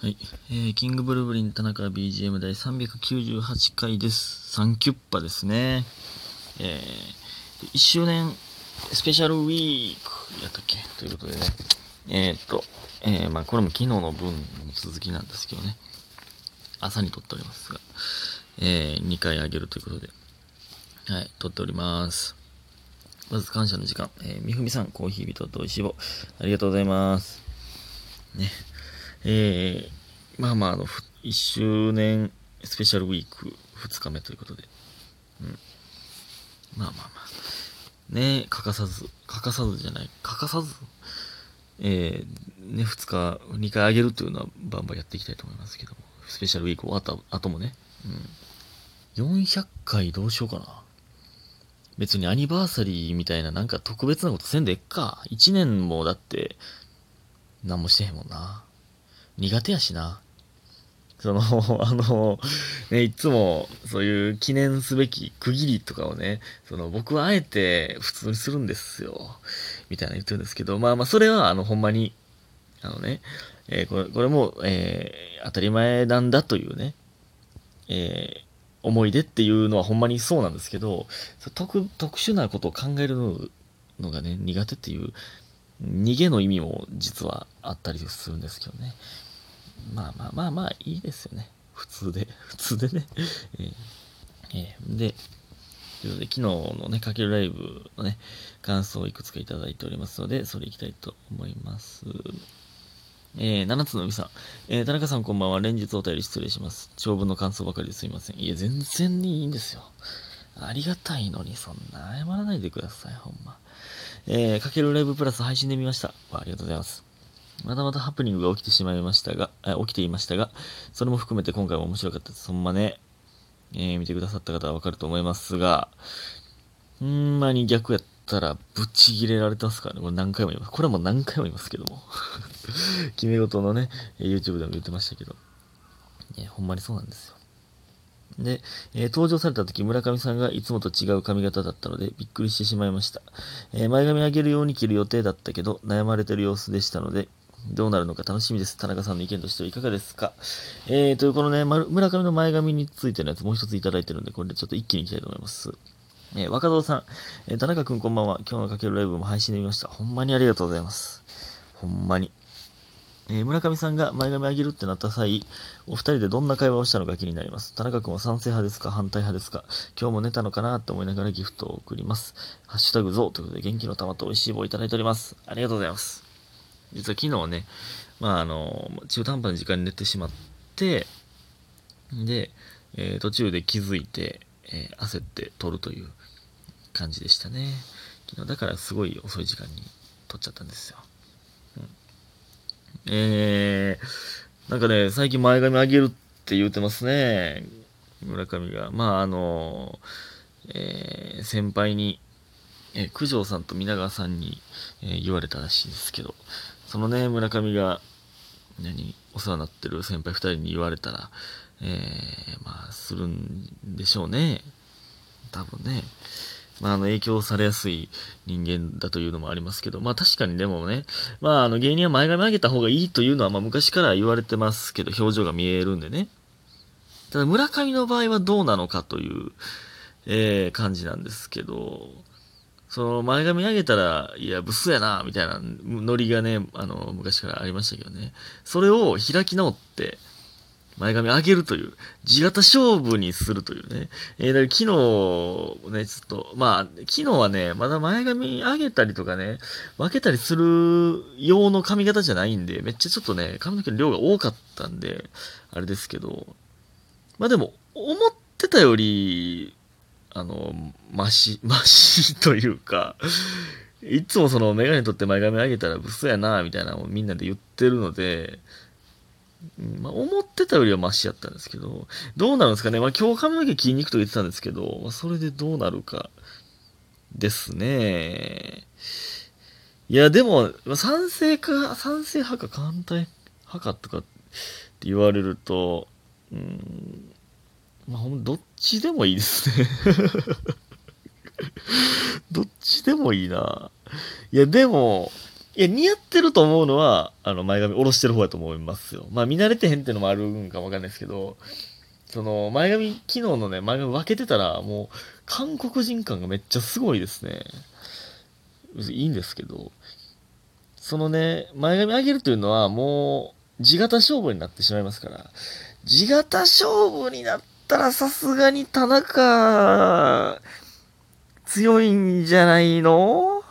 はい、キングブルブリン田中 BGM 第398回です。サンキュッパですね。1周年スペシャルウィークやったっけということでね。これも昨日の分の続きなんですけどね。朝に撮っておりますが、2回あげるということで、はい、撮っております。まず感謝の時間、みふみさん、コーヒー人とおいしい棒、ありがとうございます。ね。1周年スペシャルウィーク2日目ということで、ね、欠かさずじゃない、2回あげるというのはバンバンやっていきたいと思いますけども、スペシャルウィーク終わった後もね、400回どうしようかな。別にアニバーサリーみたいななんか特別なことせんでえっか。1年もだって、何もしてへんもんな。苦手やしな。いつも、そういう記念すべき区切りとかをね、僕はあえて普通にするんですよ。みたいな言ってるんですけど、それは、ほんまに、これも、当たり前なんだというね、思い出っていうのはほんまにそうなんですけど、特殊なことを考えるのがね、苦手っていう、逃げの意味も実はあったりするんですけどね。いいですよね。普通でね。で、ということで、昨日のね、かけるライブのね、感想をいくつかいただいておりますので、それいきたいと思います。7つの海さん。田中さんこんばんは。連日お便り失礼します。長文の感想ばかりですいません。いや、全然いいんですよ。ありがたいのに、そんな謝らないでください、ほんま。かけるライブプラス配信で見ました。ありがとうございます。まだまだハプニングが起きていましたが、それも含めて今回も面白かったです。ほんまね、見てくださった方はわかると思いますが、ほんまに逆やったらぶち切れられてますからね。これ何回も言います。これはもう何回も言いますけども。決め事のね、YouTube でも言ってましたけど、ほんまにそうなんですよ。で、登場された時、村上さんがいつもと違う髪型だったので、びっくりしてしまいました。前髪上げるように切る予定だったけど、悩まれてる様子でしたので、どうなるのか楽しみです。田中さんの意見としてはいかがですか。というこのね、村上の前髪についてのやつもう一ついただいてるんで、これでちょっと一気にいきたいと思います。若造さん、田中くんこんばんは。今日のかけるライブも配信で見ました。ほんまにありがとうございます。ほんまに。村上さんが前髪上げるってなった際、お二人でどんな会話をしたのか気になります。田中君は賛成派ですか反対派ですか。今日も寝たのかなと思いながらギフトを送ります。ハッシュタグゾウということで元気の玉と美味しい棒をいただいております。ありがとうございます。実は昨日ね、中途半端な時間に寝てしまって、で、途中で気づいて、焦って撮るという感じでしたね。昨日だからすごい遅い時間に撮っちゃったんですよ。なんかね、最近前髪上げるって言うてますね。村上が。先輩に、九条さんと皆川さんに、言われたらしいですけど、そのね、村上が、お世話になってる先輩二人に言われたら、するんでしょうね。多分ね。影響されやすい人間だというのもありますけど、確かにでもね、芸人は前髪上げた方がいいというのは、昔から言われてますけど、表情が見えるんでね。ただ、村上の場合はどうなのかという、感じなんですけど、その前髪上げたら、いや、ブスやな、みたいなノリがね、昔からありましたけどね。それを開き直って、前髪上げるという、地形勝負にするというね。だから昨日、ね、ちょっと、昨日はね、まだ前髪上げたりとかね、分けたりする用の髪型じゃないんで、めっちゃちょっとね、髪の毛の量が多かったんで、あれですけど、でも、思ってたより、マシというか、いつもそのメガネ取って前髪上げたらブスやな、みたいなのをみんなで言ってるので、思ってたよりはマシやったんですけど、どうなるんですかね。今日髪の毛切りに行くと言ってたんですけど、それでどうなるかですね。いや、でも、賛成派か反対派かとかって言われると、どっちでもいいですね。どっちでもいいな。いや、でも、 いや、似合ってると思うのは、前髪下ろしてる方やと思いますよ。まあ、見慣れてへんっていうのもあるんかわかんないですけど、その、前髪、昨日のね、前髪分けてたら、もう、韓国人感がめっちゃすごいですね。いいんですけど、そのね、前髪上げるというのは、もう、地形勝負になってしまいますから、地形勝負になったらさすがに田中、強いんじゃないの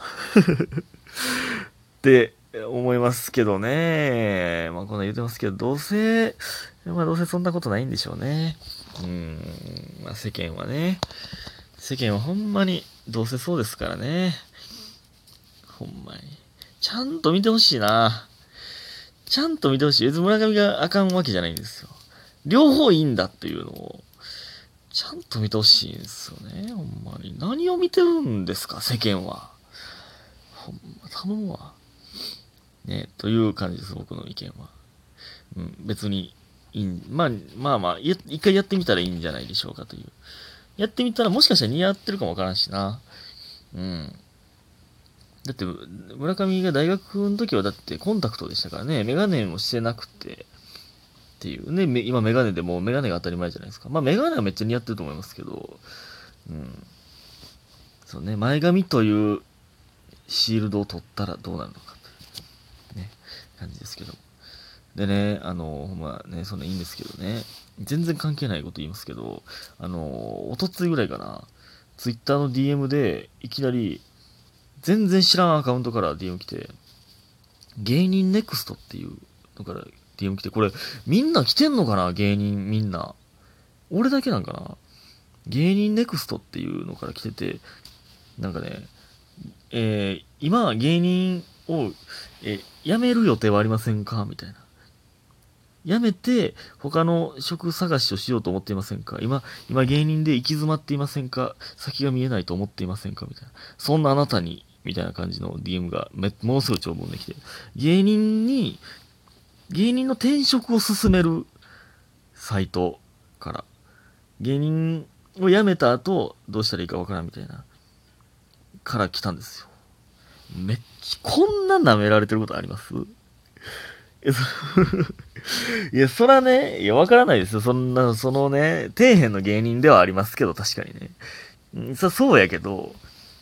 って思いますけどね。まあこんな言ってますけど、どうせそんなことないんでしょうね。まあ世間はね。世間はほんまに、どうせそうですからね。ほんまに。ちゃんと見てほしいな。ちゃんと見てほしい。別に村上があかんわけじゃないんですよ。両方いいんだっていうのを、ちゃんと見てほしいんですよね。ほんまに。何を見てるんですか、世間は。ほんま、頼むわ。ね、という感じです、僕の意見は。別に一回やってみたらいいんじゃないでしょうかという。やってみたらもしかしたら似合ってるかもわからんしな。うん。だって、村上が大学の時はだってコンタクトでしたからね、メガネもしてなくて、っていうね、今メガネでもメガネが当たり前じゃないですか。まあメガネはめっちゃ似合ってると思いますけど、うん。そうね、前髪というシールドを取ったらどうなるのかというね、感じですけど。でね、まあね、そんないいんですけどね、全然関係ないこと言いますけど、おとついぐらいかな、ツイッターの DM で、いきなり、全然知らんアカウントから DM 来て、芸人ネクストっていうのから DM 来て、これ、みんな来てんのかな芸人みんな。俺だけなんかな芸人ネクストっていうのから来てて、なんかね、今芸人を、辞める予定はありませんかみたいな。辞めて、他の職探しをしようと思っていませんか今芸人で行き詰まっていませんか先が見えないと思っていませんかみたいな。そんなあなたに、みたいな感じの DM がものすごい長文できて、芸人の転職を進めるサイトから、芸人を辞めた後、どうしたらいいかわからんみたいな、から来たんですよ。こんな舐められてることありますえそいや、そらね、いや、わからないですよ。そんな、そのね、底辺の芸人ではありますけど、確かにね。そうやけど、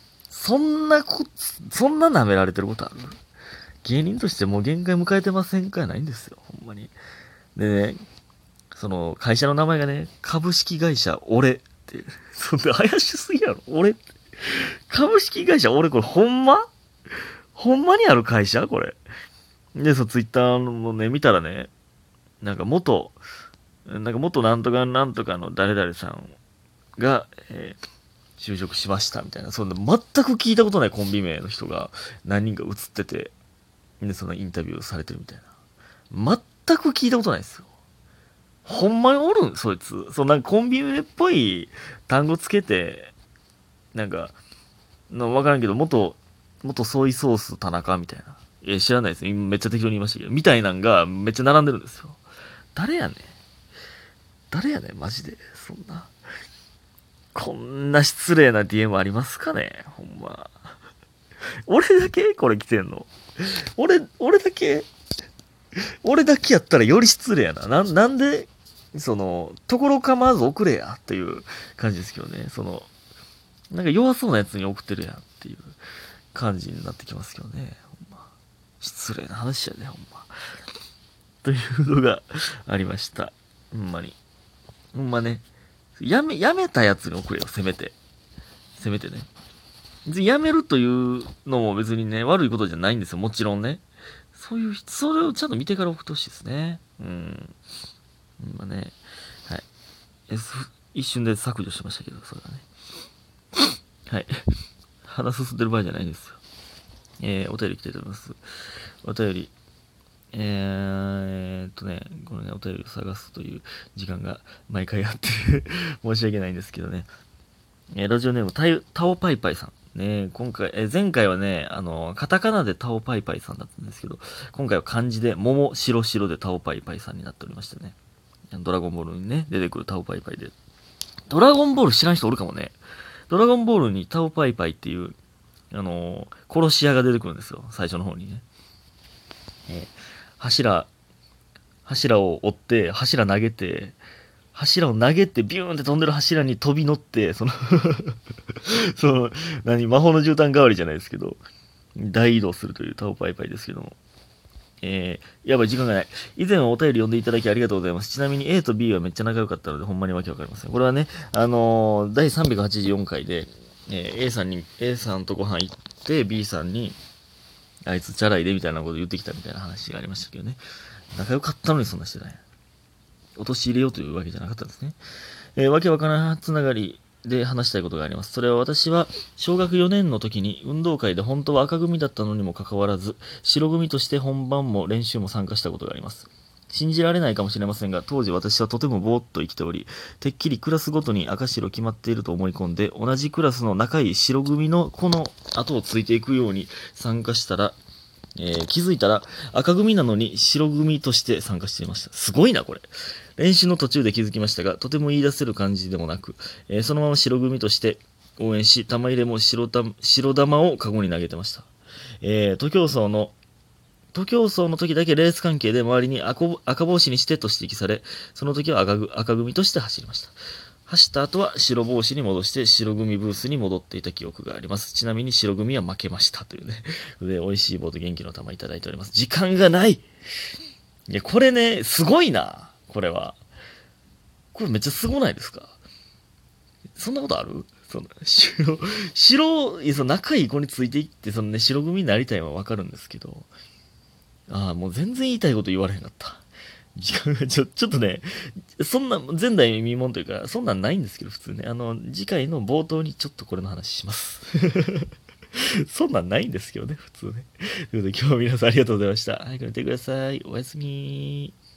そんな舐められてることある芸人としてもう限界迎えてませんかやないんですよ、ほんまに。でね、その、会社の名前がね、株式会社俺って、そんな怪しすぎやろ、俺って。株式会社俺これほんまにある会社これ。で、ツイッターのね、見たらね、なんか元なんとかなんとかの誰々さんが、就職しましたみたいな、そんな全く聞いたことないコンビ名の人が何人か映ってて、で、そのインタビューされてるみたいな。全く聞いたことないですよ。ほんまにおるんそいつ。なんかコンビ名っぽい単語つけて、なんか、わからんけど、元ソイソース田中みたいな。知らないですね。今めっちゃ適当に言いましたけど、みたいなんがめっちゃ並んでるんですよ。誰やねん。マジで。そんな。こんな失礼な DM ありますかねほんま。俺だけこれ来てんの俺だけやったらより失礼やな。なんで、ところ構わず送れやっていう感じですけどね。なんか弱そうなやつに送ってるやんっていう感じになってきますけどね。ほんま。失礼な話やね、ほんま。というのがありました。ほんまに。ほんまね。やめたやつに送れよ、せめて。せめてね。やめるというのも別にね、悪いことじゃないんですよ、もちろんね。それをちゃんと見てから送ってほしいですね。まあね。はい。一瞬で削除しましたけど、それはね。はい。鼻すすってる場合じゃないんですよ。お便り来ております。お便り。このね、お便りを探すという時間が毎回あって申し訳ないんですけどね。ラジオネームタオパイパイさん。ね、前回はね、カタカナでタオパイパイさんだったんですけど、今回は漢字で桃白白でタオパイパイさんになっておりましたね。ドラゴンボールにね、出てくるタオパイパイで。ドラゴンボール知らん人おるかもね。ドラゴンボールにタオパイパイっていう、殺し屋が出てくるんですよ。最初の方にね。 えー柱を追って、柱投げて、柱を投げて、ビューンって飛んでる柱に飛び乗って、その、魔法の絨毯代わりじゃないですけど、大移動するというタオパイパイですけども。やばい、時間がない。以前はお便り読んでいただきありがとうございます。ちなみに A と B はめっちゃ仲良かったので、ほんまにわけわかりません。これはね、第384回で、A さんとご飯行って、B さんに、あいつチャラいでみたいなこと言ってきたみたいな話がありましたけどね。仲良かったのにそんなしてない。陥れようというわけじゃなかったんですね。わけわからんつながりで話したいことがあります。それは私は小学4年の時に運動会で本当は赤組だったのにもかかわらず、白組として本番も練習も参加したことがあります。信じられないかもしれませんが、当時私はとてもぼーっと生きており、てっきりクラスごとに赤白決まっていると思い込んで、同じクラスの仲いい白組の子の後をついていくように参加したら、気づいたら赤組なのに白組として参加していました。すごいな、これ。練習の途中で気づきましたが、とても言い出せる感じでもなく、そのまま白組として応援し、玉入れも白玉をカゴに投げてました。徒競走の時だけレース関係で周りに赤帽子にしてと指摘され、その時は赤組として走りました。走った後は白帽子に戻して白組ブースに戻っていた記憶があります。ちなみに白組は負けましたというね。で、美味しい棒と元気の玉いただいております。時間がない。いや、これね、すごいな。これは。これめっちゃすごないですか？そんなことある？いや、仲いい子についていって、白組になりたいのはわかるんですけど、もう全然言いたいこと言われへんかった。時間がちょっとね、そんな、前代未聞というか、そんなんないんですけど、普通ね。次回の冒頭にちょっとこれの話します。そんなんないんですけどね、普通ね。ということで今日は皆さんありがとうございました。早く寝てください。おやすみ。